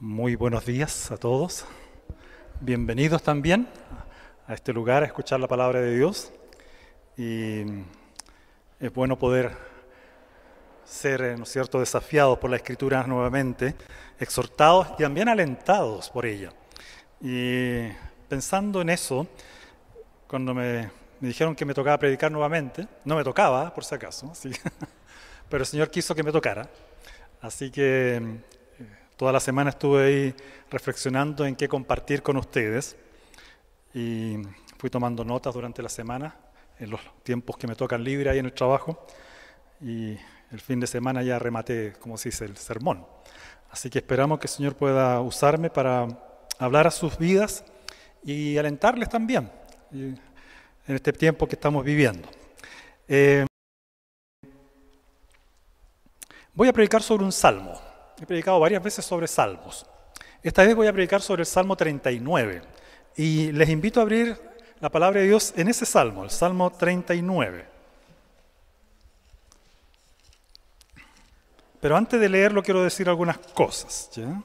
Muy buenos días a todos. Bienvenidos también a este lugar a escuchar la palabra de Dios. Y es bueno poder ser, ¿no es cierto?, desafiados por la Escritura nuevamente, exhortados y también alentados por ella. Y pensando en eso, cuando me dijeron que me tocaba predicar nuevamente, no me tocaba, por si acaso, ¿sí? Pero el Señor quiso que me tocara. Así que toda la semana estuve ahí reflexionando en qué compartir con ustedes y fui tomando notas durante la semana, en los tiempos que me tocan libre ahí en el trabajo, y el fin de semana ya rematé, como se dice, el sermón. Así que esperamos que el Señor pueda usarme para hablar a sus vidas y alentarles también en este tiempo que estamos viviendo. Voy a predicar sobre un salmo. He predicado varias veces sobre salmos. Esta vez voy a predicar sobre el Salmo 39. Y les invito a abrir la palabra de Dios en ese salmo, el Salmo 39. Pero antes de leerlo quiero decir algunas cosas, ¿ya?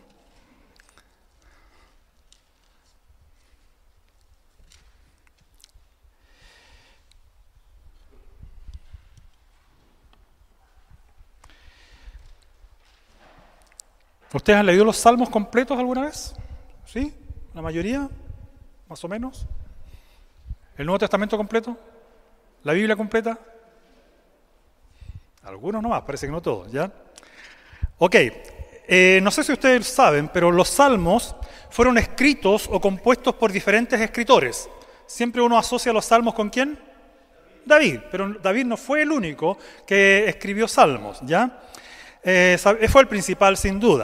¿Ustedes han leído los salmos completos alguna vez? ¿Sí? ¿La mayoría? ¿Más o menos? ¿El Nuevo Testamento completo? ¿La Biblia completa? Algunos nomás, parece que no todos, ¿ya? Ok, no sé si ustedes saben, pero los salmos fueron escritos o compuestos por diferentes escritores. Siempre uno asocia los salmos ¿con quién? David, pero David no fue el único que escribió salmos, ¿ya? Fue el principal sin duda.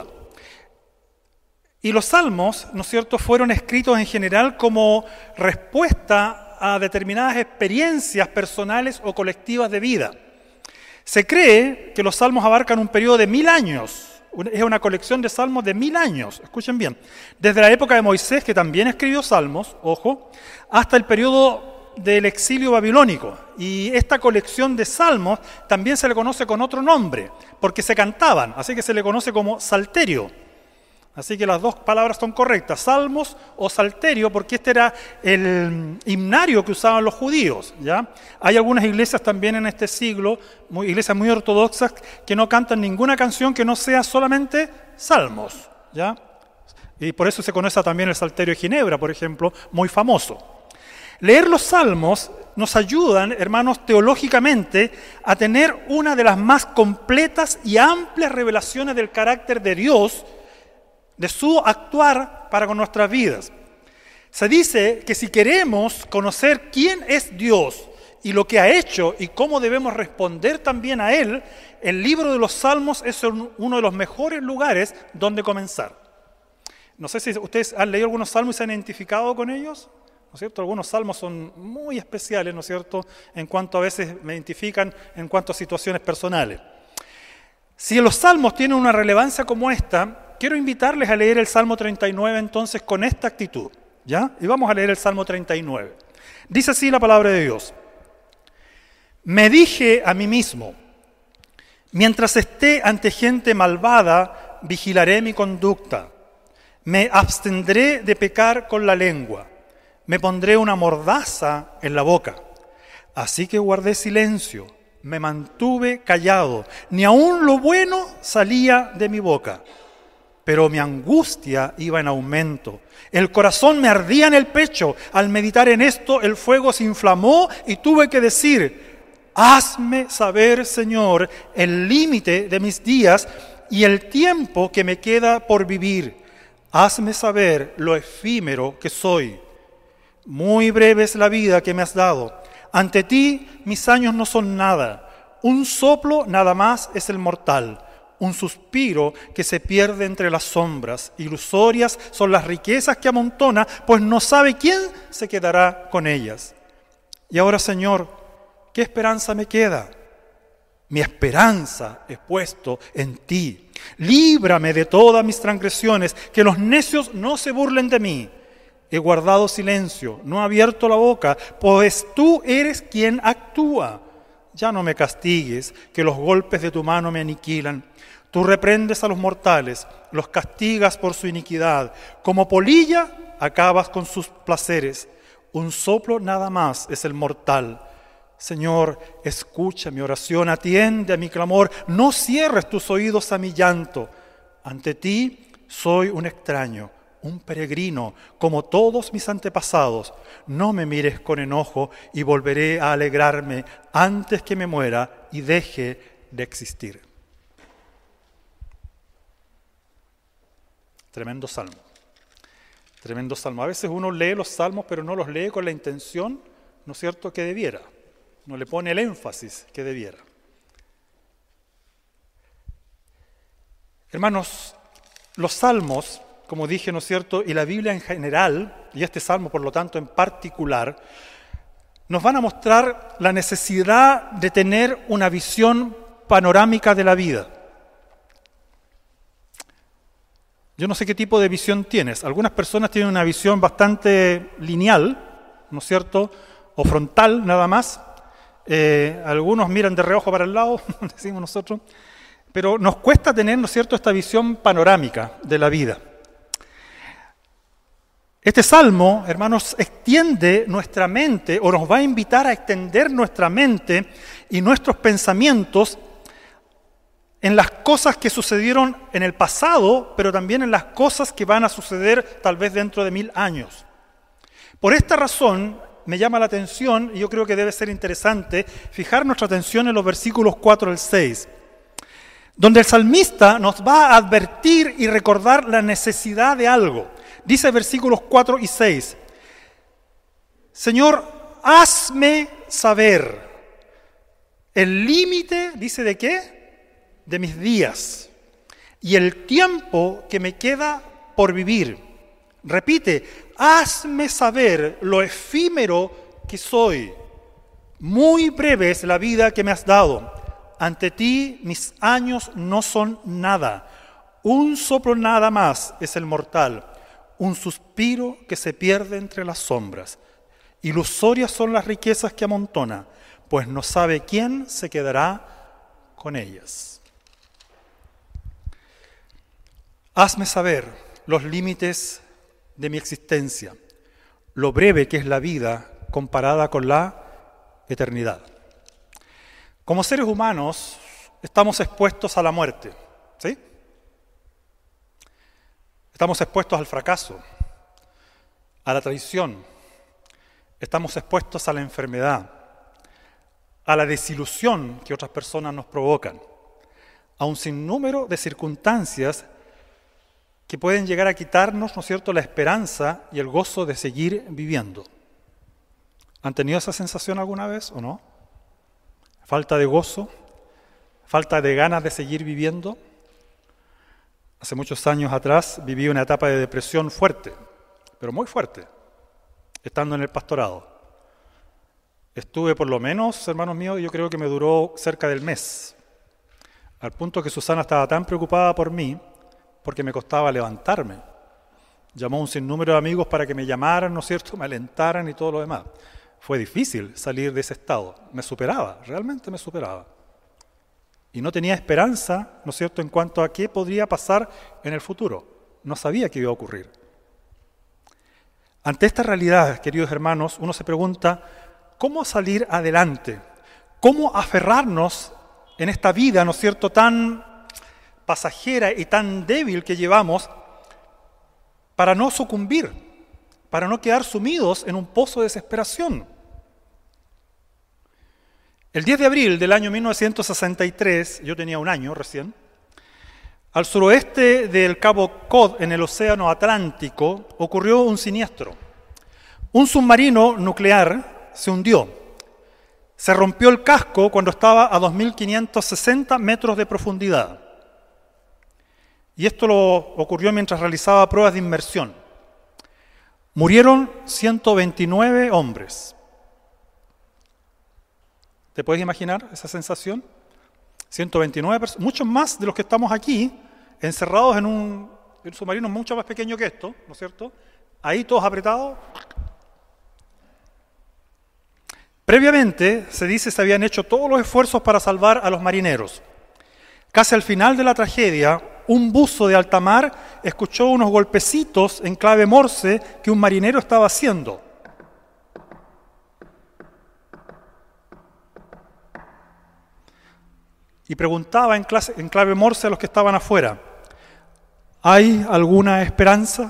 Y los salmos, ¿no es cierto?, fueron escritos en general como respuesta a determinadas experiencias personales o colectivas de vida. Se cree que los salmos abarcan un periodo de 1000 años. Es una colección de salmos de 1000 años, escuchen bien. Desde la época de Moisés, que también escribió salmos, ojo, hasta el periodo del exilio babilónico. Y esta colección de salmos también se le conoce con otro nombre, porque se cantaban, así que se le conoce como salterio. Así que las dos palabras son correctas, salmos o salterio, porque este era el himnario que usaban los judíos, ¿ya? Hay algunas iglesias también en este siglo, iglesias muy ortodoxas, que no cantan ninguna canción que no sea solamente salmos, ¿ya? Y por eso se conoce también el Salterio de Ginebra, por ejemplo, muy famoso. Leer los salmos nos ayudan, hermanos, teológicamente a tener una de las más completas y amplias revelaciones del carácter de Dios, de su actuar para con nuestras vidas. Se dice que si queremos conocer quién es Dios y lo que ha hecho y cómo debemos responder también a Él, el libro de los Salmos es uno de los mejores lugares donde comenzar. No sé si ustedes han leído algunos salmos y se han identificado con ellos, ¿no es cierto? Algunos salmos son muy especiales, ¿no es cierto?, en cuanto a veces me identifican en cuanto a situaciones personales. Si los salmos tienen una relevancia como esta, quiero invitarles a leer el Salmo 39 entonces con esta actitud, ¿ya? Y vamos a leer el Salmo 39. Dice así la palabra de Dios. Me dije a mí mismo, mientras esté ante gente malvada, vigilaré mi conducta. Me abstendré de pecar con la lengua. Me pondré una mordaza en la boca. Así que guardé silencio, me mantuve callado. Ni aun lo bueno salía de mi boca. Pero mi angustia iba en aumento. El corazón me ardía en el pecho. Al meditar en esto, el fuego se inflamó y tuve que decir, hazme saber, Señor, el límite de mis días y el tiempo que me queda por vivir. Hazme saber lo efímero que soy. Muy breve es la vida que me has dado. Ante ti mis años no son nada. Un soplo nada más es el mortal. Un suspiro que se pierde entre las sombras. Ilusorias son las riquezas que amontona, pues no sabe quién se quedará con ellas. Y ahora, Señor, ¿qué esperanza me queda? Mi esperanza he puesto en ti. Líbrame de todas mis transgresiones, que los necios no se burlen de mí. He guardado silencio, no he abierto la boca, pues tú eres quien actúa. Ya no me castigues, que los golpes de tu mano me aniquilan. Tú reprendes a los mortales, los castigas por su iniquidad. Como polilla acabas con sus placeres. Un soplo nada más es el mortal. Señor, escucha mi oración, atiende a mi clamor. No cierres tus oídos a mi llanto. Ante ti soy un extraño, un peregrino, como todos mis antepasados. No me mires con enojo y volveré a alegrarme antes que me muera y deje de existir. Tremendo salmo. Tremendo salmo. A veces uno lee los salmos, pero no los lee con la intención, ¿no es cierto?, que debiera. No le pone el énfasis que debiera. Hermanos, los salmos, como dije, ¿no es cierto?, y la Biblia en general, y este salmo por lo tanto en particular, nos van a mostrar la necesidad de tener una visión panorámica de la vida. Yo no sé qué tipo de visión tienes. Algunas personas tienen una visión bastante lineal, ¿no es cierto?, o frontal nada más. Algunos miran de reojo para el lado, decimos nosotros, pero nos cuesta tener, ¿no es cierto?, esta visión panorámica de la vida. Este salmo, hermanos, extiende nuestra mente, o nos va a invitar a extender nuestra mente y nuestros pensamientos en las cosas que sucedieron en el pasado, pero también en las cosas que van a suceder tal vez dentro de 1000 años. Por esta razón, me llama la atención, y yo creo que debe ser interesante, fijar nuestra atención en los versículos 4 al 6, donde el salmista nos va a advertir y recordar la necesidad de algo. Dice versículos 4 y 6, Señor, hazme saber el límite, dice, ¿de qué? De mis días y el tiempo que me queda por vivir. Repite, hazme saber lo efímero que soy. Muy breve es la vida que me has dado. Ante ti mis años no son nada. Un soplo nada más es el mortal. Un suspiro que se pierde entre las sombras. Ilusorias son las riquezas que amontona, pues no sabe quién se quedará con ellas. Hazme saber los límites de mi existencia, lo breve que es la vida comparada con la eternidad. Como seres humanos estamos expuestos a la muerte, ¿sí? Estamos expuestos al fracaso, a la traición, estamos expuestos a la enfermedad, a la desilusión que otras personas nos provocan, a un sinnúmero de circunstancias que pueden llegar a quitarnos, ¿no es cierto?, la esperanza y el gozo de seguir viviendo. ¿Han tenido esa sensación alguna vez o no? ¿Falta de gozo? ¿Falta de ganas de seguir viviendo? Hace muchos años atrás viví una etapa de depresión fuerte, pero muy fuerte, estando en el pastorado. Estuve por lo menos, hermanos míos, yo creo que me duró cerca del mes, al punto que Susana estaba tan preocupada por mí, porque me costaba levantarme. Llamó a un sinnúmero de amigos para que me llamaran, ¿no es cierto?, me alentaran y todo lo demás. Fue difícil salir de ese estado. Me superaba, realmente me superaba. Y no tenía esperanza, ¿no es cierto?, en cuanto a qué podría pasar en el futuro. No sabía qué iba a ocurrir. Ante esta realidad, queridos hermanos, uno se pregunta, ¿cómo salir adelante? ¿Cómo aferrarnos en esta vida, ¿no es cierto?, tan pasajera y tan débil que llevamos para no sucumbir, para no quedar sumidos en un pozo de desesperación? El 10 de abril del año 1963, yo tenía un año recién, al suroeste del Cabo Cod, en el Océano Atlántico, ocurrió un siniestro. Un submarino nuclear se hundió. Se rompió el casco cuando estaba a 2.560 metros de profundidad. Y esto ocurrió mientras realizaba pruebas de inmersión. Murieron 129 hombres. ¿Te puedes imaginar esa sensación? 129 personas, muchos más de los que estamos aquí, encerrados en un submarino mucho más pequeño que esto, ¿no es cierto? Ahí todos apretados. Previamente, se dice, se habían hecho todos los esfuerzos para salvar a los marineros. Casi al final de la tragedia, un buzo de alta mar escuchó unos golpecitos en clave Morse que un marinero estaba haciendo. Y preguntaba en clave Morse a los que estaban afuera: ¿hay alguna esperanza?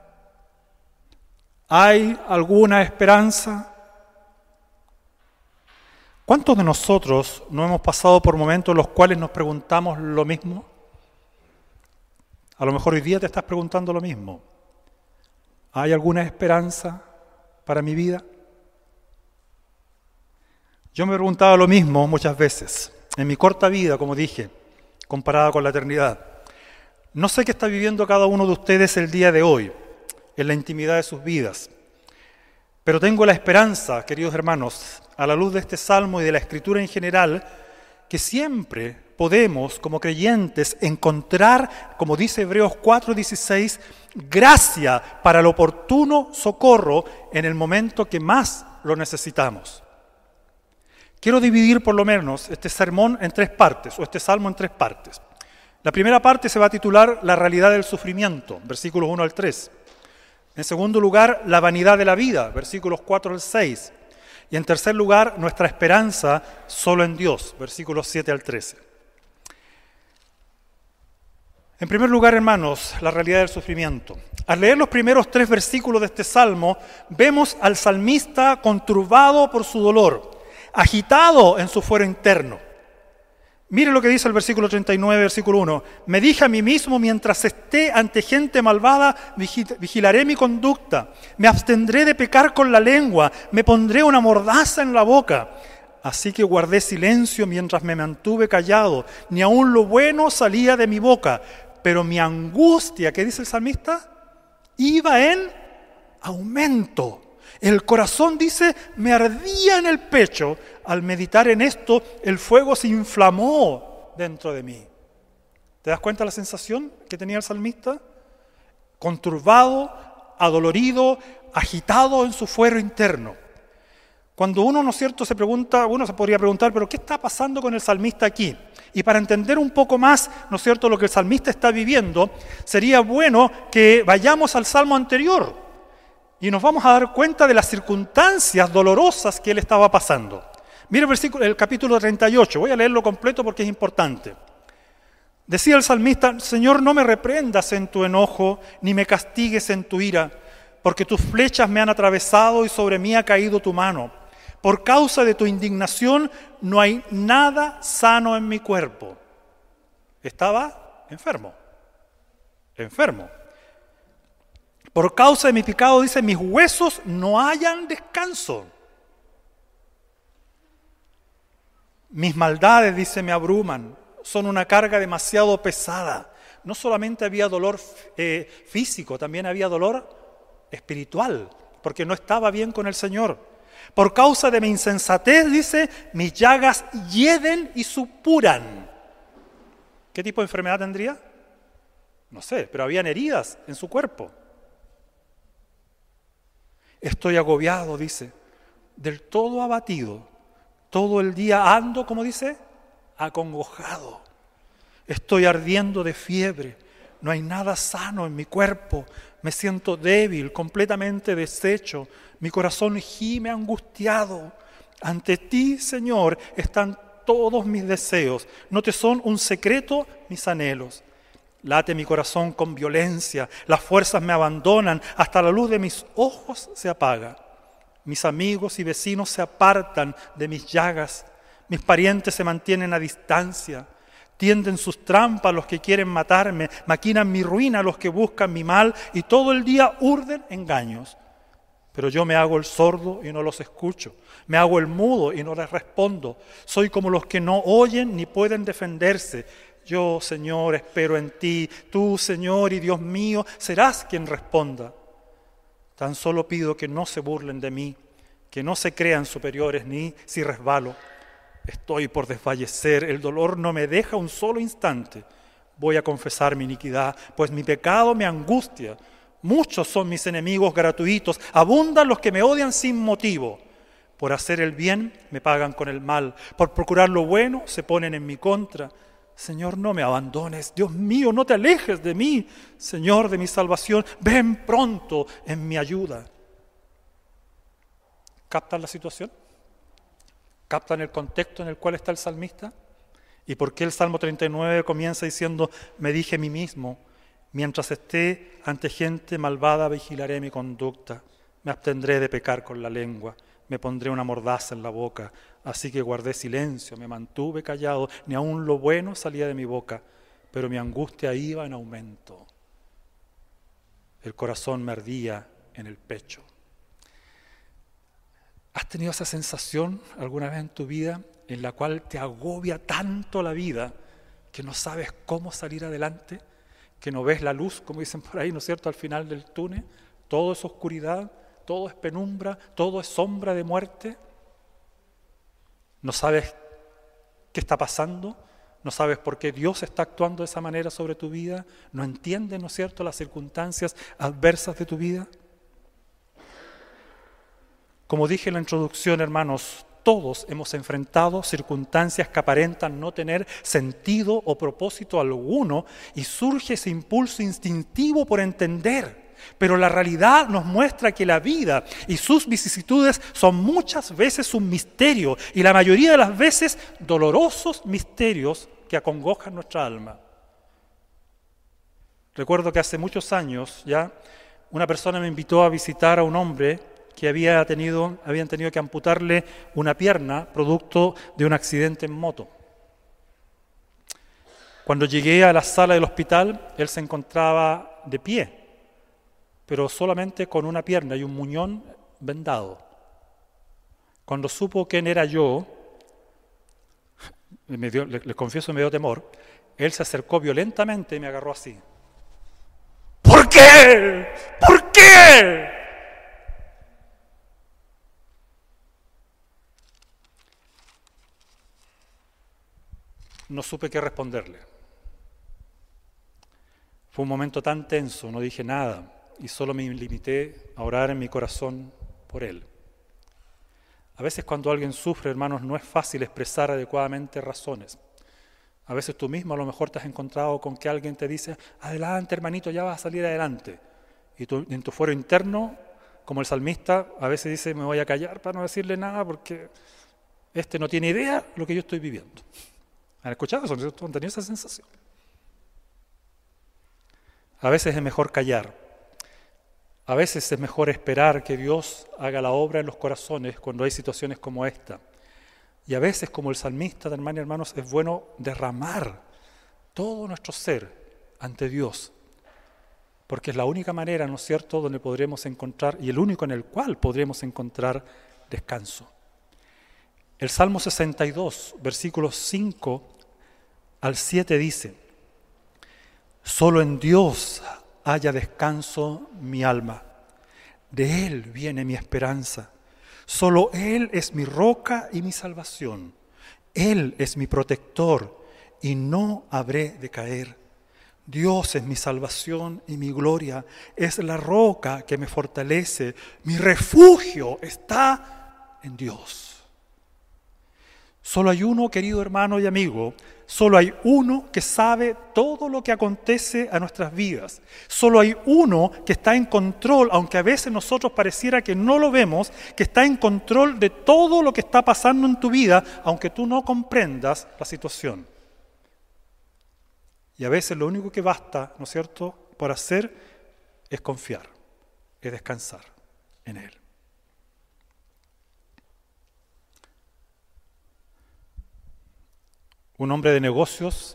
¿Hay alguna esperanza? ¿Cuántos de nosotros no hemos pasado por momentos en los cuales nos preguntamos lo mismo? A lo mejor hoy día te estás preguntando lo mismo. ¿Hay alguna esperanza para mi vida? Yo me he preguntado lo mismo muchas veces. En mi corta vida, como dije, comparada con la eternidad. No sé qué está viviendo cada uno de ustedes el día de hoy, en la intimidad de sus vidas. Pero tengo la esperanza, queridos hermanos, a la luz de este salmo y de la Escritura en general, que siempre podemos, como creyentes, encontrar, como dice Hebreos 4:16, gracia para el oportuno socorro en el momento que más lo necesitamos. Quiero dividir por lo menos este sermón en 3 partes, o este salmo en 3 partes. La primera parte se va a titular La realidad del sufrimiento, versículos 1 al 3. En segundo lugar, la vanidad de la vida, versículos 4 al 6. Y en tercer lugar, nuestra esperanza solo en Dios, versículos 7 al 13. En primer lugar, hermanos, la realidad del sufrimiento. Al leer los primeros 3 versículos de este salmo, vemos al salmista conturbado por su dolor, agitado en su fuero interno. Mire lo que dice el versículo 39, versículo 1. Me dije a mí mismo, mientras esté ante gente malvada, vigilaré mi conducta. Me abstendré de pecar con la lengua. Me pondré una mordaza en la boca. Así que guardé silencio mientras me mantuve callado. Ni aun lo bueno salía de mi boca. Pero mi angustia, ¿qué dice el salmista? Iba en aumento. El corazón, dice, me ardía en el pecho. Al meditar en esto, el fuego se inflamó dentro de mí. ¿Te das cuenta de la sensación que tenía el salmista? Conturbado, adolorido, agitado en su fuero interno. Cuando uno, ¿no es cierto?, se pregunta, uno se podría preguntar, ¿pero qué está pasando con el salmista aquí? Y para entender un poco más, ¿no es cierto?, lo que el salmista está viviendo, sería bueno que vayamos al salmo anterior. Y nos vamos a dar cuenta de las circunstancias dolorosas que él estaba pasando. Mira el capítulo 38, voy a leerlo completo porque es importante. Decía el salmista: Señor, no me reprendas en tu enojo, ni me castigues en tu ira, porque tus flechas me han atravesado y sobre mí ha caído tu mano. Por causa de tu indignación no hay nada sano en mi cuerpo. Estaba enfermo. Por causa de mi pecado, dice, mis huesos no hallan descanso. Mis maldades, dice, me abruman. Son una carga demasiado pesada. No solamente había dolor físico, también había dolor espiritual, porque no estaba bien con el Señor. Por causa de mi insensatez, dice, mis llagas hieden y supuran. ¿Qué tipo de enfermedad tendría? No sé, pero habían heridas en su cuerpo. Estoy agobiado, dice, del todo abatido. Todo el día ando, como dice, acongojado. Estoy ardiendo de fiebre. No hay nada sano en mi cuerpo. Me siento débil, completamente deshecho. Mi corazón gime angustiado. Ante ti, Señor, están todos mis deseos. No te son un secreto mis anhelos. Late mi corazón con violencia, las fuerzas me abandonan, hasta la luz de mis ojos se apaga. Mis amigos y vecinos se apartan de mis llagas, mis parientes se mantienen a distancia, tienden sus trampas los que quieren matarme, maquinan mi ruina los que buscan mi mal y todo el día urden engaños. Pero yo me hago el sordo y no los escucho, me hago el mudo y no les respondo. Soy como los que no oyen ni pueden defenderse. Yo, Señor, espero en ti. Tú, Señor y Dios mío, serás quien responda. Tan solo pido que no se burlen de mí, que no se crean superiores ni si resbalo. Estoy por desfallecer, el dolor no me deja un solo instante. Voy a confesar mi iniquidad, pues mi pecado me angustia. Muchos son mis enemigos gratuitos, abundan los que me odian sin motivo. Por hacer el bien me pagan con el mal, por procurar lo bueno se ponen en mi contra. Señor, no me abandones. Dios mío, no te alejes de mí. Señor de mi salvación, ven pronto en mi ayuda. ¿Captan la situación? ¿Captan el contexto en el cual está el salmista? ¿Y por qué el Salmo 39 comienza diciendo, me dije a mí mismo, mientras esté ante gente malvada vigilaré mi conducta, me abstendré de pecar con la lengua, me pondré una mordaza en la boca, así que guardé silencio, me mantuve callado, ni aun lo bueno salía de mi boca, pero mi angustia iba en aumento. El corazón me ardía en el pecho. ¿Has tenido esa sensación alguna vez en tu vida en la cual te agobia tanto la vida que no sabes cómo salir adelante, que no ves la luz, como dicen por ahí, ¿no es cierto?, al final del túnel? Todo es oscuridad, todo es penumbra, todo es sombra de muerte. No sabes qué está pasando, no sabes por qué Dios está actuando de esa manera sobre tu vida, no entiendes, ¿no es cierto?, las circunstancias adversas de tu vida. Como dije en la introducción, hermanos, todos hemos enfrentado circunstancias que aparentan no tener sentido o propósito alguno y surge ese impulso instintivo por entender. Pero la realidad nos muestra que la vida y sus vicisitudes son muchas veces un misterio y la mayoría de las veces dolorosos misterios que acongojan nuestra alma. Recuerdo que hace muchos años ya una persona me invitó a visitar a un hombre que habían tenido que amputarle una pierna producto de un accidente en moto. Cuando llegué a la sala del hospital, él se encontraba de pie, pero solamente con una pierna y un muñón vendado. Cuando supo quién era yo, les confieso, me dio temor, él se acercó violentamente y me agarró así. ¿Por qué? ¿Por qué? No supe qué responderle. Fue un momento tan tenso, no dije nada y solo me limité a orar en mi corazón por él. A veces cuando alguien sufre, hermanos, no es fácil expresar adecuadamente razones. A veces tú mismo a lo mejor te has encontrado con que alguien te dice, adelante hermanito, ya vas a salir adelante. Y tú en tu fuero interno, como el salmista, a veces dice, me voy a callar para no decirle nada porque este no tiene idea de lo que yo estoy viviendo. ¿Han escuchado eso? ¿Han tenido esa sensación? A veces es mejor callar. A veces es mejor esperar que Dios haga la obra en los corazones cuando hay situaciones como esta. Y a veces, como el salmista, hermanos y hermanos, es bueno derramar todo nuestro ser ante Dios. Porque es la única manera, ¿no es cierto?, donde podremos encontrar, y el único en el cual podremos encontrar descanso. El Salmo 62, versículos 5 al 7 dice, solo en Dios haya descanso mi alma, de Él viene mi esperanza, solo Él es mi roca y mi salvación, Él es mi protector y no habré de caer. Dios es mi salvación y mi gloria, es la roca que me fortalece, mi refugio está en Dios. Solo hay uno, querido hermano y amigo, solo hay uno que sabe todo lo que acontece a nuestras vidas. Solo hay uno que está en control, aunque a veces nosotros pareciera que no lo vemos, que está en control de todo lo que está pasando en tu vida, aunque tú no comprendas la situación. Y a veces lo único que basta, ¿no es cierto?, por hacer es confiar, es descansar en Él. Un hombre de negocios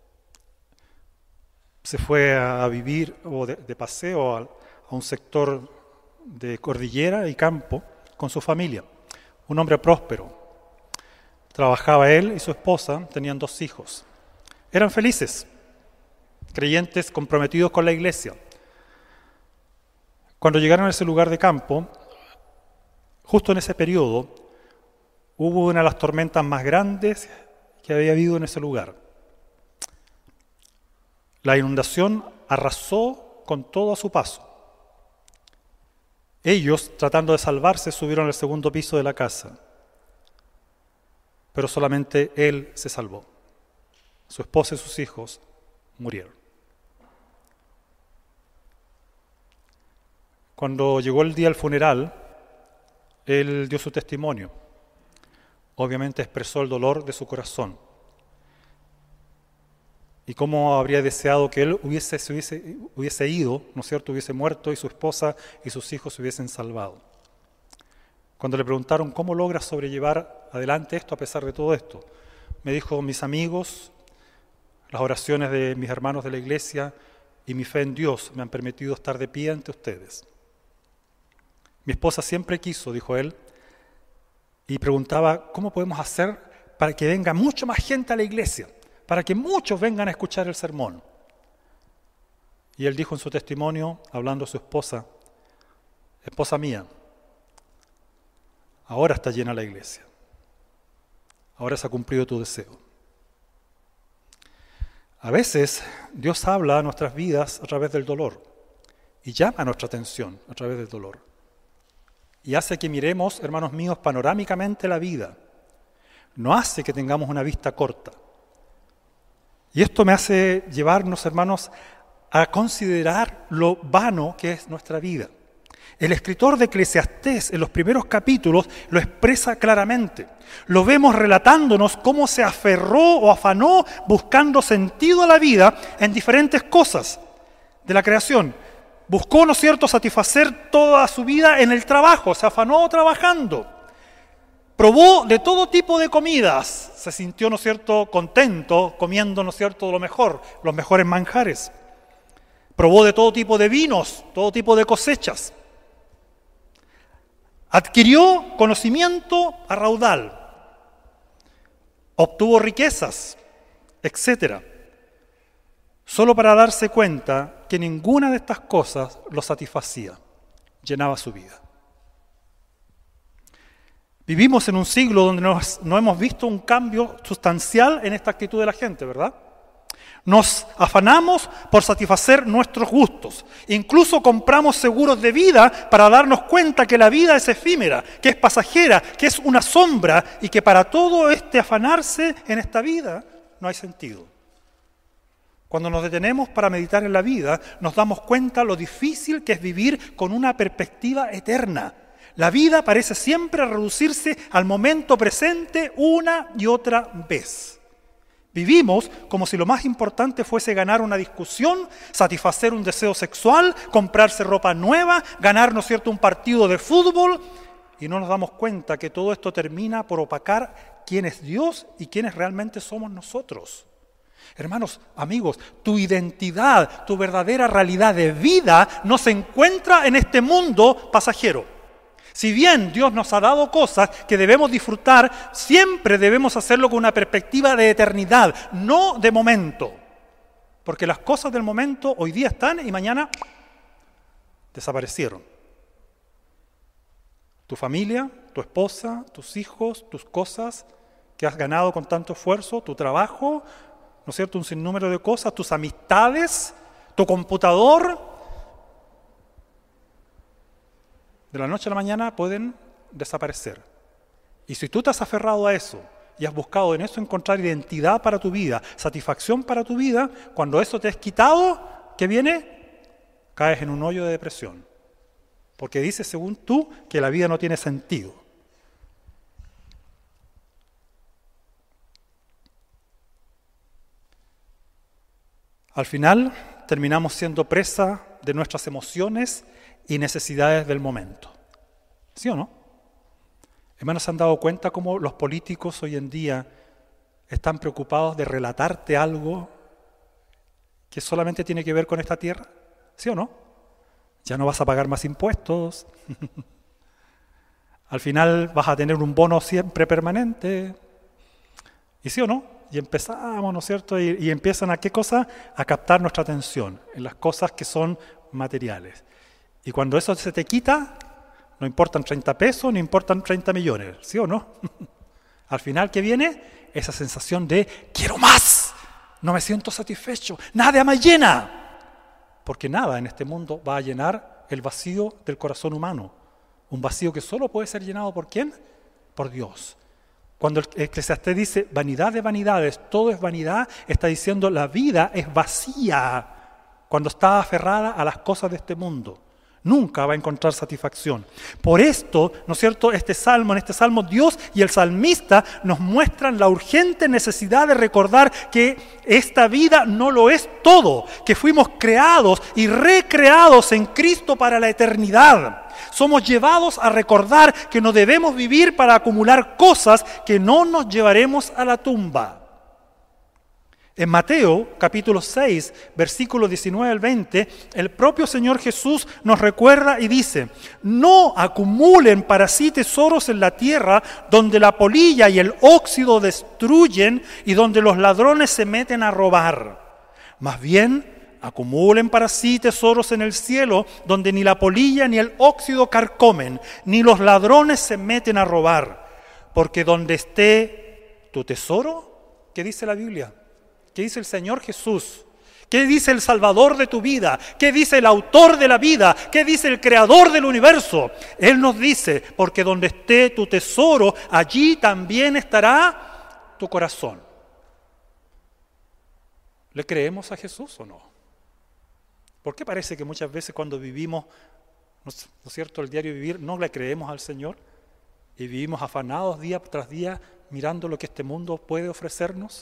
se fue a vivir o de paseo a un sector de cordillera y campo con su familia. Un hombre próspero. Trabajaba él y su esposa, tenían 2 hijos. Eran felices, creyentes comprometidos con la iglesia. Cuando llegaron a ese lugar de campo, justo en ese periodo, hubo una de las tormentas más grandes que había habido en ese lugar. La inundación arrasó con todo a su paso. Ellos, tratando de salvarse, subieron al segundo piso de la casa, pero solamente él se salvó. Su esposa y sus hijos murieron. Cuando llegó el día del funeral, él dio su testimonio. Obviamente expresó el dolor de su corazón. Y cómo habría deseado que él hubiese ido, ¿no es cierto?, hubiese muerto y su esposa y sus hijos se hubiesen salvado. Cuando le preguntaron cómo logra sobrellevar adelante esto a pesar de todo esto, me dijo: mis amigos, las oraciones de mis hermanos de la iglesia y mi fe en Dios me han permitido estar de pie ante ustedes. Mi esposa siempre quiso, dijo él, y preguntaba cómo podemos hacer para que venga mucho más gente a la iglesia, para que muchos vengan a escuchar el sermón. Y él dijo en su testimonio, hablando a su esposa: esposa mía, ahora está llena la iglesia, ahora se ha cumplido tu deseo. A veces Dios habla a nuestras vidas a través del dolor y llama nuestra atención a través del dolor. Y hace que miremos, hermanos míos, panorámicamente la vida. No hace que tengamos una vista corta. Y esto me hace llevarnos, hermanos, a considerar lo vano que es nuestra vida. El escritor de Eclesiastés en los primeros capítulos lo expresa claramente. Lo vemos relatándonos cómo se aferró o afanó buscando sentido a la vida en diferentes cosas de la creación. Buscó, ¿no es cierto?, satisfacer toda su vida en el trabajo, se afanó trabajando. Probó de todo tipo de comidas, se sintió, ¿no es cierto?, contento comiendo, ¿no es cierto?, lo mejor, los mejores manjares. Probó de todo tipo de vinos, todo tipo de cosechas. Adquirió conocimiento a raudal. Obtuvo riquezas, etcétera. Solo para darse cuenta que ninguna de estas cosas lo satisfacía, llenaba su vida. Vivimos en un siglo donde no hemos visto un cambio sustancial en esta actitud de la gente, ¿verdad? Nos afanamos por satisfacer nuestros gustos. Incluso compramos seguros de vida para darnos cuenta que la vida es efímera, que es pasajera, que es una sombra y que para todo este afanarse en esta vida no hay sentido. Cuando nos detenemos para meditar en la vida, nos damos cuenta lo difícil que es vivir con una perspectiva eterna. La vida parece siempre reducirse al momento presente una y otra vez. Vivimos como si lo más importante fuese ganar una discusión, satisfacer un deseo sexual, comprarse ropa nueva, ganar, ¿no es cierto?, un partido de fútbol, y no nos damos cuenta que todo esto termina por opacar quién es Dios y quiénes realmente somos nosotros. Hermanos, amigos, tu identidad, tu verdadera realidad de vida no se encuentra en este mundo pasajero. Si bien Dios nos ha dado cosas que debemos disfrutar, siempre debemos hacerlo con una perspectiva de eternidad, no de momento. Porque las cosas del momento hoy día están y mañana desaparecieron. Tu familia, tu esposa, tus hijos, tus cosas que has ganado con tanto esfuerzo, tu trabajo, ¿no es cierto?, un sinnúmero de cosas, tus amistades, tu computador, de la noche a la mañana pueden desaparecer. Y si tú te has aferrado a eso y has buscado en eso encontrar identidad para tu vida, satisfacción para tu vida, cuando eso te es quitado, ¿qué viene? Caes en un hoyo de depresión. Porque dices, según tú, que la vida no tiene sentido. Al final, terminamos siendo presa de nuestras emociones y necesidades del momento. ¿Sí o no? Hermanos, ¿se han dado cuenta cómo los políticos hoy en día están preocupados de relatarte algo que solamente tiene que ver con esta tierra? ¿Sí o no? Ya no vas a pagar más impuestos. Al final vas a tener un bono siempre permanente. ¿Y sí o no? Y empezamos, ¿no es cierto? Y empiezan a ¿qué cosa? A captar nuestra atención en las cosas que son materiales. Y cuando eso se te quita, no importan 30 pesos, no importan 30 millones, ¿sí o no? Al final, ¿qué viene? Esa sensación de quiero más, no me siento satisfecho, nada me llena. Porque nada en este mundo va a llenar el vacío del corazón humano. Un vacío que solo puede ser llenado ¿por quién? Por Dios. Cuando el Eclesiastés dice vanidad de vanidades, todo es vanidad, está diciendo la vida es vacía cuando está aferrada a las cosas de este mundo. Nunca va a encontrar satisfacción. Por esto, ¿no es cierto?, en este salmo, Dios y el salmista nos muestran la urgente necesidad de recordar que esta vida no lo es todo, que fuimos creados y recreados en Cristo para la eternidad. Somos llevados a recordar que no debemos vivir para acumular cosas que no nos llevaremos a la tumba. En Mateo, capítulo 6, versículos 19 al 20, el propio Señor Jesús nos recuerda y dice: no acumulen para sí tesoros en la tierra, donde la polilla y el óxido destruyen y donde los ladrones se meten a robar. Más bien, acumulen para sí tesoros en el cielo, donde ni la polilla ni el óxido carcomen, ni los ladrones se meten a robar. Porque donde esté tu tesoro, ¿qué dice la Biblia? ¿Qué dice el Señor Jesús? ¿Qué dice el Salvador de tu vida? ¿Qué dice el autor de la vida? ¿Qué dice el creador del universo? Él nos dice, porque donde esté tu tesoro, allí también estará tu corazón. ¿Le creemos a Jesús o no? ¿Por qué parece que muchas veces cuando vivimos, ¿no es cierto?, el diario vivir, no le creemos al Señor y vivimos afanados día tras día mirando lo que este mundo puede ofrecernos?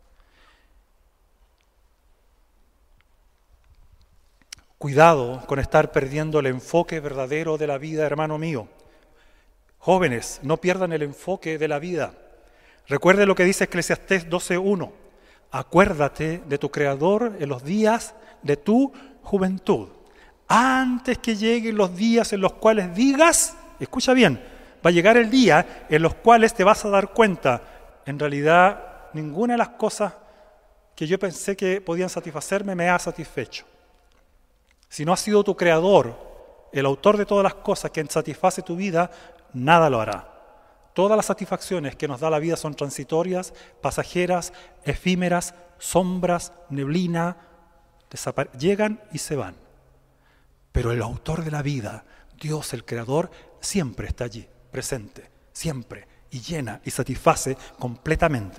Cuidado con estar perdiendo el enfoque verdadero de la vida, hermano mío. Jóvenes, no pierdan el enfoque de la vida. Recuerde lo que dice Eclesiastés 12:1. Acuérdate de tu Creador en los días de tu juventud, antes que lleguen los días en los cuales digas, escucha bien, va a llegar el día en los cuales te vas a dar cuenta, en realidad ninguna de las cosas que yo pensé que podían satisfacerme me ha satisfecho. Si no ha sido tu Creador, el autor de todas las cosas, quien satisface tu vida, nada lo hará. Todas las satisfacciones que nos da la vida son transitorias, pasajeras, efímeras, sombras, neblina, llegan y se van. Pero el autor de la vida, Dios el Creador, siempre está allí, presente, siempre, y llena y satisface completamente.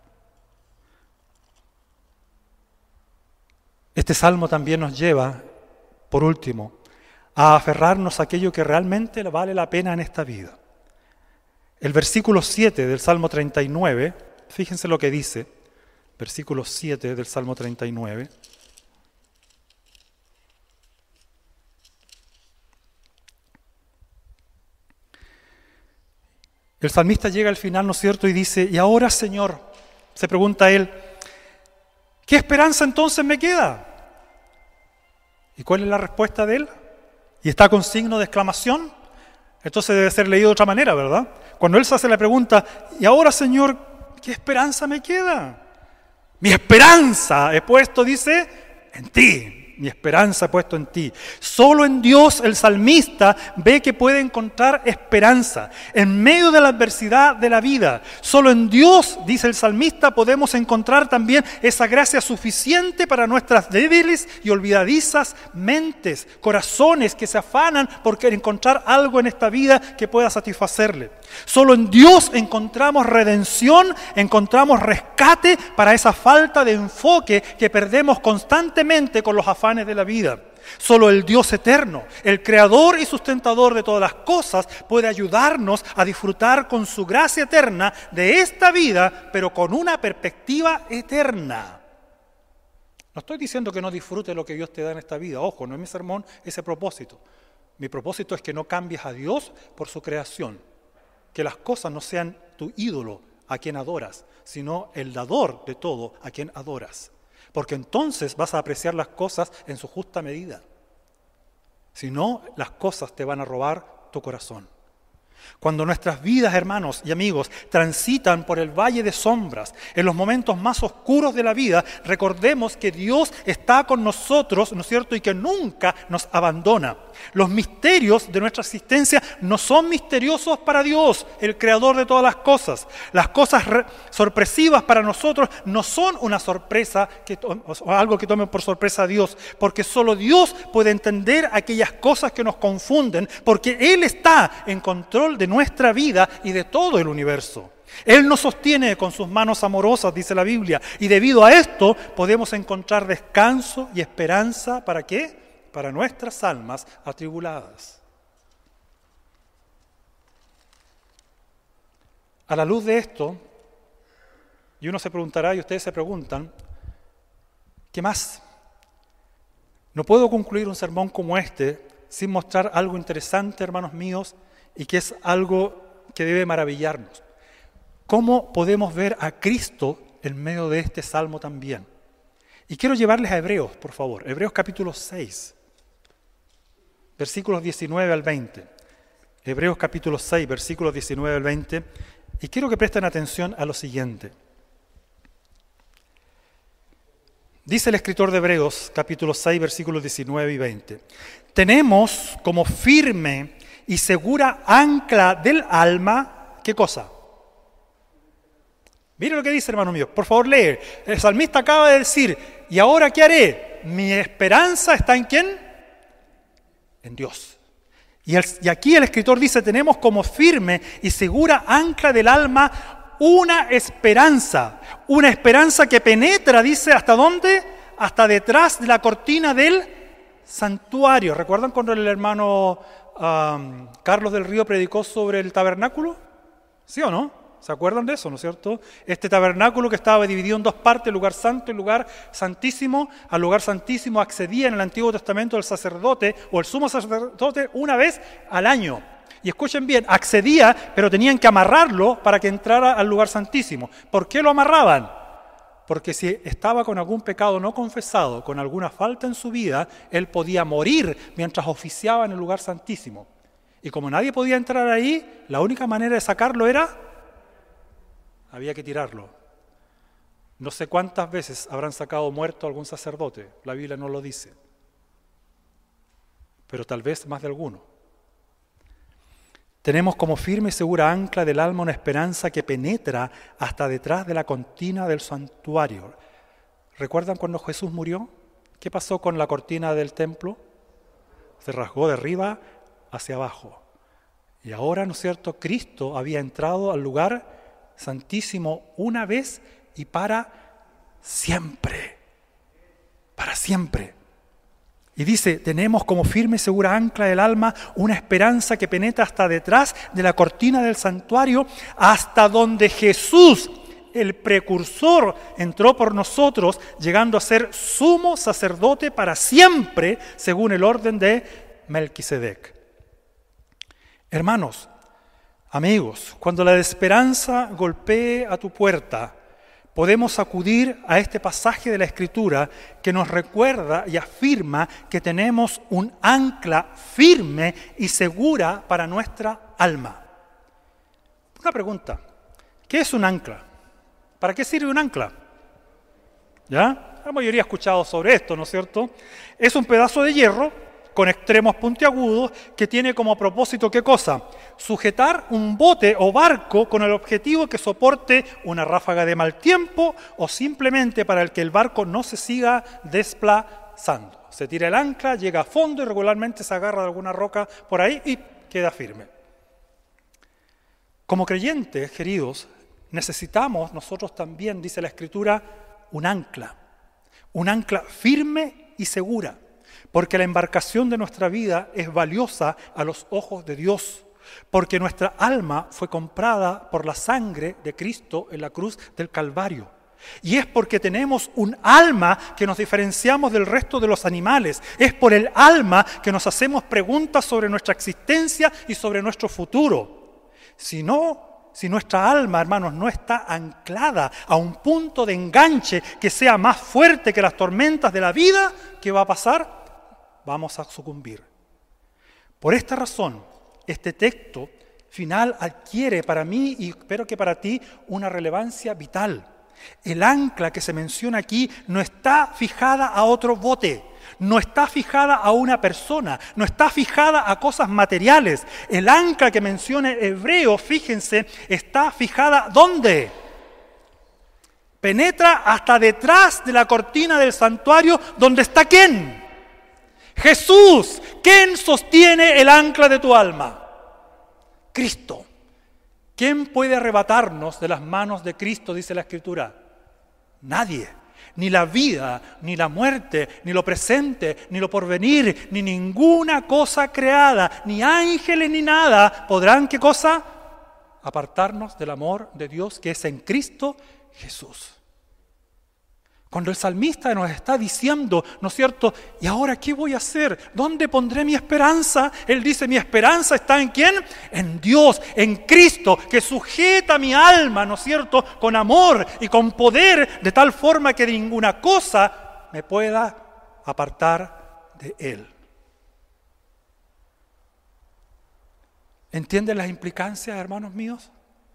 Este salmo también nos lleva, por último, a aferrarnos a aquello que realmente vale la pena en esta vida. El versículo 7 del Salmo 39, fíjense lo que dice, versículo 7 del Salmo 39. El salmista llega al final, ¿no es cierto?, y dice: y ahora, Señor, se pregunta él, ¿qué esperanza entonces me queda? ¿Y cuál es la respuesta de él? Y está con signo de exclamación. Entonces debe ser leído de otra manera, ¿verdad? Cuando él se hace la pregunta, ¿y ahora, Señor, qué esperanza me queda? Mi esperanza he puesto, dice, en ti. Mi esperanza he puesto en ti. Solo en Dios el salmista ve que puede encontrar esperanza en medio de la adversidad de la vida. Solo en Dios, dice el salmista, podemos encontrar también esa gracia suficiente para nuestras débiles y olvidadizas mentes, corazones que se afanan por encontrar algo en esta vida que pueda satisfacerle. Solo en Dios encontramos redención, encontramos rescate para esa falta de enfoque que perdemos constantemente con los afanes de la vida. Solo el Dios eterno, el creador y sustentador de todas las cosas, puede ayudarnos a disfrutar con su gracia eterna de esta vida, pero con una perspectiva eterna. No estoy diciendo que no disfrute lo que Dios te da en esta vida. Ojo, no es mi sermón ese propósito. Mi propósito es que no cambies a Dios por su creación. Que las cosas no sean tu ídolo a quien adoras, sino el dador de todo a quien adoras. Porque entonces vas a apreciar las cosas en su justa medida. Si no, las cosas te van a robar tu corazón. Cuando nuestras vidas, hermanos y amigos, transitan por el valle de sombras, en los momentos más oscuros de la vida, recordemos que Dios está con nosotros, ¿no es cierto?, y que nunca nos abandona. Los misterios de nuestra existencia no son misteriosos para Dios, el creador de todas las cosas. Las cosas sorpresivas para nosotros no son una sorpresa o algo que tome por sorpresa a Dios, porque solo Dios puede entender aquellas cosas que nos confunden, porque Él está en control de nuestra vida y de todo el universo. Él nos sostiene con sus manos amorosas, dice la Biblia, y debido a esto podemos encontrar descanso y esperanza, ¿para qué? Para nuestras almas atribuladas. A la luz de esto, y uno se preguntará, y ustedes se preguntan, ¿qué más? No puedo concluir un sermón como este sin mostrar algo interesante, hermanos míos, y que es algo que debe maravillarnos. ¿Cómo podemos ver a Cristo en medio de este salmo también? Y quiero llevarles a Hebreos, por favor. Hebreos capítulo 6, versículos 19 al 20. Hebreos capítulo 6, versículos 19 al 20. Y quiero que presten atención a lo siguiente. Dice el escritor de Hebreos, capítulo 6, versículos 19 y 20. Tenemos como firme y segura ancla del alma, ¿qué cosa? Mire lo que dice, hermano mío, por favor lee. El salmista acaba de decir, ¿y ahora qué haré? Mi esperanza está ¿en quién? En Dios. Y aquí el escritor dice, tenemos como firme y segura ancla del alma una esperanza que penetra, dice, ¿hasta dónde? Hasta detrás de la cortina del santuario. ¿Recuerdan cuando el hermano Carlos del Río predicó sobre el tabernáculo? ¿Sí o no? ¿Se acuerdan de eso, no es cierto? Este tabernáculo que estaba dividido en dos partes, el lugar santo y el lugar santísimo. Al lugar santísimo accedía en el Antiguo Testamento el sacerdote o el sumo sacerdote una vez al año. Y escuchen bien, accedía, pero tenían que amarrarlo para que entrara al lugar santísimo. ¿Por qué lo amarraban? Porque si estaba con algún pecado no confesado, con alguna falta en su vida, él podía morir mientras oficiaba en el lugar santísimo. Y como nadie podía entrar ahí, la única manera de sacarlo había que tirarlo. No sé cuántas veces habrán sacado muerto a algún sacerdote, la Biblia no lo dice, pero tal vez más de alguno. Tenemos como firme y segura ancla del alma una esperanza que penetra hasta detrás de la cortina del santuario. ¿Recuerdan cuando Jesús murió? ¿Qué pasó con la cortina del templo? Se rasgó de arriba hacia abajo. Y ahora, ¿no es cierto?, Cristo había entrado al lugar santísimo una vez y para siempre. Para siempre. Y dice, tenemos como firme y segura ancla del alma una esperanza que penetra hasta detrás de la cortina del santuario, hasta donde Jesús, el precursor, entró por nosotros, llegando a ser sumo sacerdote para siempre, según el orden de Melquisedec. Hermanos, amigos, cuando la desesperanza golpee a tu puerta, podemos acudir a este pasaje de la Escritura que nos recuerda y afirma que tenemos un ancla firme y segura para nuestra alma. Una pregunta, ¿qué es un ancla? ¿Para qué sirve un ancla? ¿Ya? La mayoría ha escuchado sobre esto, ¿no es cierto? Es un pedazo de hierro con extremos puntiagudos que tiene como propósito, ¿qué cosa? Sujetar un bote o barco con el objetivo que soporte una ráfaga de mal tiempo o simplemente para el que el barco no se siga desplazando. Se tira el ancla, llega a fondo y regularmente se agarra de alguna roca por ahí y queda firme. Como creyentes, queridos, necesitamos nosotros también, dice la Escritura, un ancla firme y segura. Porque la embarcación de nuestra vida es valiosa a los ojos de Dios, porque nuestra alma fue comprada por la sangre de Cristo en la cruz del Calvario. Y es porque tenemos un alma que nos diferenciamos del resto de los animales. Es por el alma que nos hacemos preguntas sobre nuestra existencia y sobre nuestro futuro. Si nuestra alma, hermanos, no está anclada a un punto de enganche que sea más fuerte que las tormentas de la vida, ¿qué va a pasar? Vamos a sucumbir. Por esta razón, este texto final adquiere para mí y espero que para ti una relevancia vital. El ancla que se menciona aquí no está fijada a otro bote, no está fijada a una persona, no está fijada a cosas materiales. El ancla que menciona Hebreo, fíjense, está fijada ¿dónde? Penetra hasta detrás de la cortina del santuario, ¿donde está quién? Jesús. ¿Quién sostiene el ancla de tu alma? Cristo. ¿Quién puede arrebatarnos de las manos de Cristo? Dice la Escritura. Nadie. Ni la vida, ni la muerte, ni lo presente, ni lo porvenir, ni ninguna cosa creada, ni ángeles, ni nada, podrán, ¿qué cosa? Apartarnos del amor de Dios que es en Cristo Jesús. Cuando el salmista nos está diciendo, ¿no es cierto? ¿Y ahora qué voy a hacer? ¿Dónde pondré mi esperanza? Él dice, mi esperanza está ¿en quién? En Dios, en Cristo, que sujeta mi alma, ¿no es cierto? Con amor y con poder, de tal forma que ninguna cosa me pueda apartar de Él. ¿Entienden las implicancias, hermanos míos?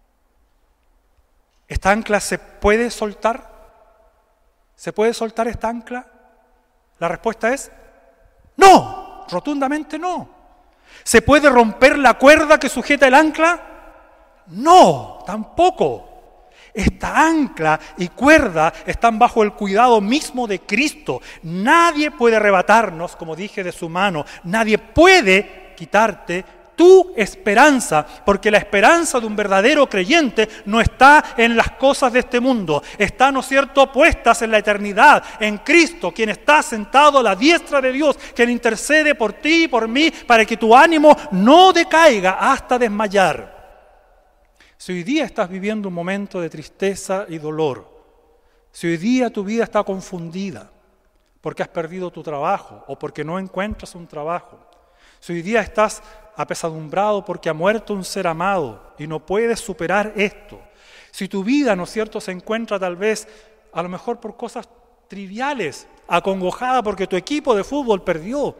¿Esta ancla se puede soltar? ¿Se puede soltar esta ancla? La respuesta es no, rotundamente no. ¿Se puede romper la cuerda que sujeta el ancla? No, tampoco. Esta ancla y cuerda están bajo el cuidado mismo de Cristo. Nadie puede arrebatarnos, como dije, de su mano. Nadie puede quitarte tu esperanza, porque la esperanza de un verdadero creyente no está en las cosas de este mundo, está, ¿no es cierto?, puestas en la eternidad, en Cristo, quien está sentado a la diestra de Dios, quien intercede por ti y por mí, para que tu ánimo no decaiga hasta desmayar. Si hoy día estás viviendo un momento de tristeza y dolor, si hoy día tu vida está confundida, porque has perdido tu trabajo o porque no encuentras un trabajo, si hoy día estás apesadumbrado porque ha muerto un ser amado y no puedes superar esto, si tu vida, ¿no es cierto?, se encuentra tal vez, a lo mejor por cosas triviales, acongojada porque tu equipo de fútbol perdió,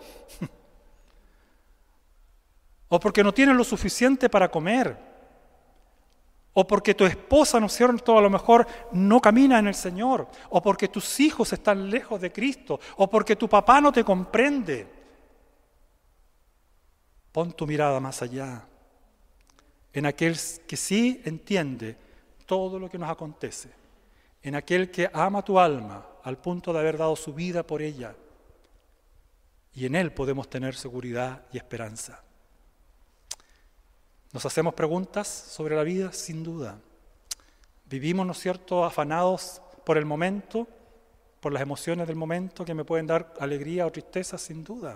o porque no tienes lo suficiente para comer, o porque tu esposa, ¿no es cierto?, a lo mejor no camina en el Señor, o porque tus hijos están lejos de Cristo, o porque tu papá no te comprende. Pon tu mirada más allá, en aquel que sí entiende todo lo que nos acontece, en aquel que ama tu alma al punto de haber dado su vida por ella, y en Él podemos tener seguridad y esperanza. ¿Nos hacemos preguntas sobre la vida? Sin duda. Vivimos, ¿no es cierto?, afanados por el momento, por las emociones del momento que me pueden dar alegría o tristeza, sin duda.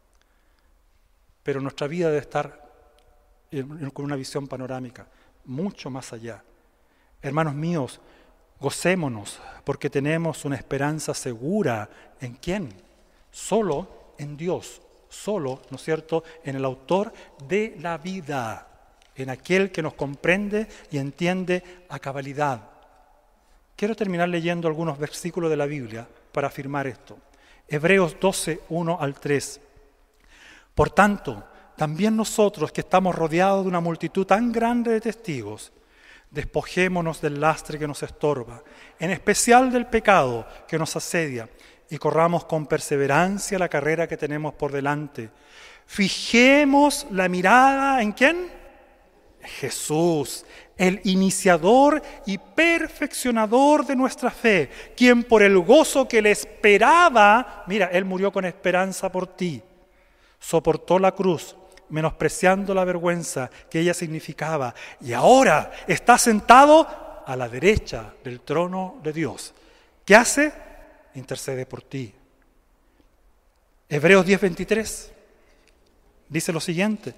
Pero nuestra vida debe estar con una visión panorámica, mucho más allá. Hermanos míos, gocémonos porque tenemos una esperanza segura. ¿En quién? Solo en Dios, solo, ¿no es cierto?, en el autor de la vida, en aquel que nos comprende y entiende a cabalidad. Quiero terminar leyendo algunos versículos de la Biblia para afirmar esto. Hebreos 12, 1 al 3. Por tanto, también nosotros que estamos rodeados de una multitud tan grande de testigos, despojémonos del lastre que nos estorba, en especial del pecado que nos asedia, y corramos con perseverancia la carrera que tenemos por delante. Fijemos la mirada ¿en quién? Jesús, el iniciador y perfeccionador de nuestra fe, quien por el gozo que le esperaba, mira, Él murió con esperanza por ti, soportó la cruz, menospreciando la vergüenza que ella significaba, y ahora está sentado a la derecha del trono de Dios. ¿Qué hace? Intercede por ti. Hebreos 10:23 dice lo siguiente: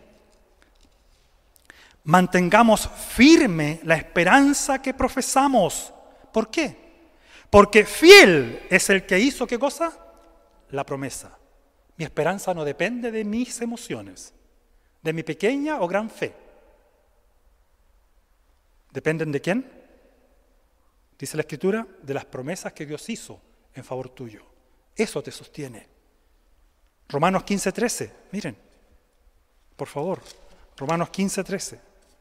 mantengamos firme la esperanza que profesamos. ¿Por qué? Porque fiel es el que hizo, ¿qué cosa? La promesa. Mi esperanza no depende de mis emociones, de mi pequeña o gran fe. ¿Dependen de quién? Dice la Escritura, de las promesas que Dios hizo en favor tuyo. Eso te sostiene. Romanos 15:13, miren, por favor, Romanos 15:13.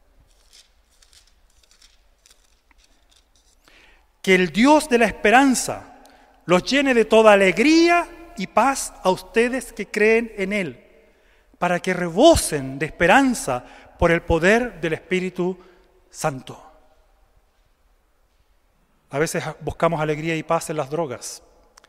Que el Dios de la esperanza los llene de toda alegría y paz a ustedes que creen en Él, para que rebosen de esperanza por el poder del Espíritu Santo. A veces buscamos alegría y paz en las drogas.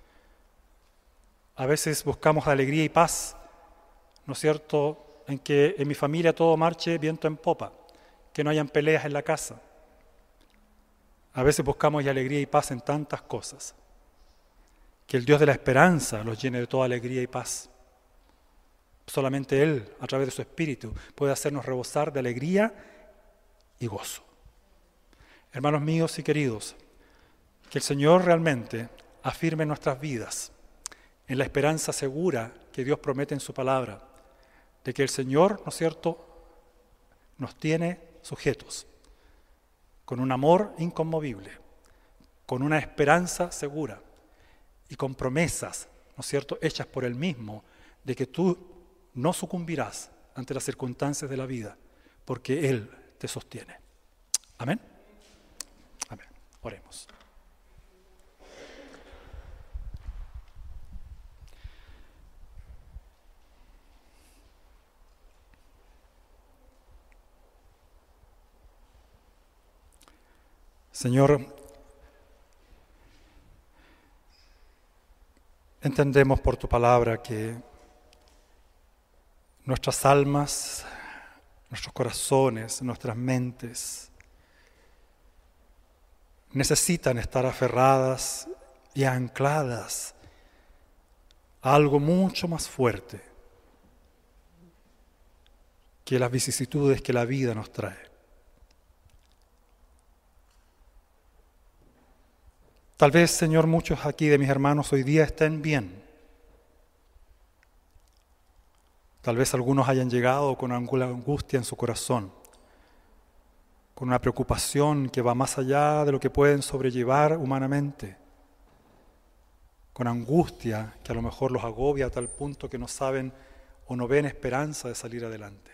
A veces buscamos alegría y paz, ¿no es cierto?, en que en mi familia todo marche viento en popa. que no hayan peleas en la casa. A veces buscamos alegría y paz en tantas cosas. Que el Dios de la esperanza los llene de toda alegría y paz. Solamente Él, a través de su Espíritu, puede hacernos rebosar de alegría y gozo. Hermanos míos y queridos, que el Señor realmente afirme nuestras vidas en la esperanza segura que Dios promete en su palabra, de que el Señor, ¿no es cierto?, nos tiene sujetos, con un amor inconmovible, con una esperanza segura y con promesas, ¿no es cierto?, hechas por Él mismo, de que tú no sucumbirás ante las circunstancias de la vida, porque Él te sostiene. Amén. Amén. Oremos. Señor, entendemos por tu palabra que nuestras almas, nuestros corazones, nuestras mentes necesitan estar aferradas y ancladas a algo mucho más fuerte que las vicisitudes que la vida nos trae. Tal vez, Señor, muchos aquí de mis hermanos hoy día estén bien. Tal vez algunos hayan llegado con alguna angustia en su corazón, con una preocupación que va más allá de lo que pueden sobrellevar humanamente, con angustia que a lo mejor los agobia a tal punto que no saben o no ven esperanza de salir adelante.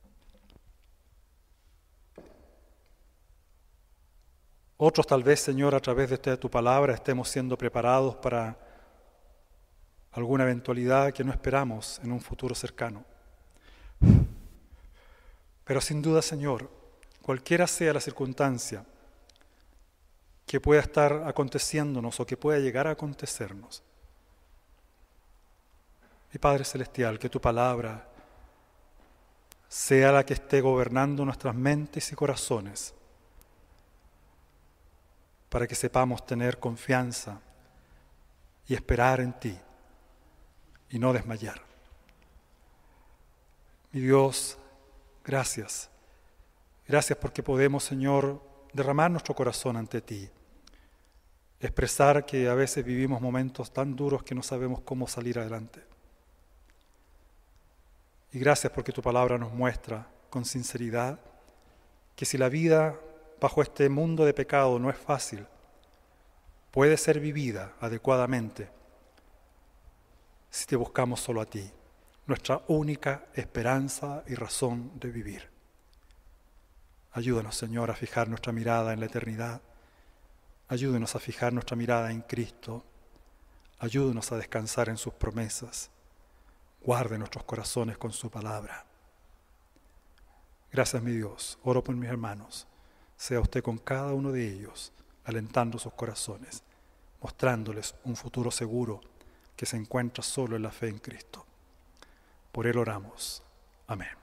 Otros tal vez, Señor, a través de tu palabra estemos siendo preparados para alguna eventualidad que no esperamos en un futuro cercano. Pero sin duda, Señor, cualquiera sea la circunstancia que pueda estar aconteciéndonos o que pueda llegar a acontecernos, mi Padre Celestial, que tu palabra sea la que esté gobernando nuestras mentes y corazones, para que sepamos tener confianza y esperar en ti y no desmayar. Mi Dios, gracias. Gracias porque podemos, Señor, derramar nuestro corazón ante ti, expresar que a veces vivimos momentos tan duros que no sabemos cómo salir adelante. Y gracias porque tu palabra nos muestra con sinceridad que si la vida bajo este mundo de pecado no es fácil, puede ser vivida adecuadamente si te buscamos solo a ti, nuestra única esperanza y razón de vivir. Ayúdanos, Señor, a fijar nuestra mirada en la eternidad. Ayúdanos a fijar nuestra mirada en Cristo. Ayúdanos a descansar en sus promesas. Guarde nuestros corazones con su palabra. Gracias, mi Dios. Oro por mis hermanos. Sea usted con cada uno de ellos, alentando sus corazones, mostrándoles un futuro seguro que se encuentra solo en la fe en Cristo. Por Él oramos. Amén.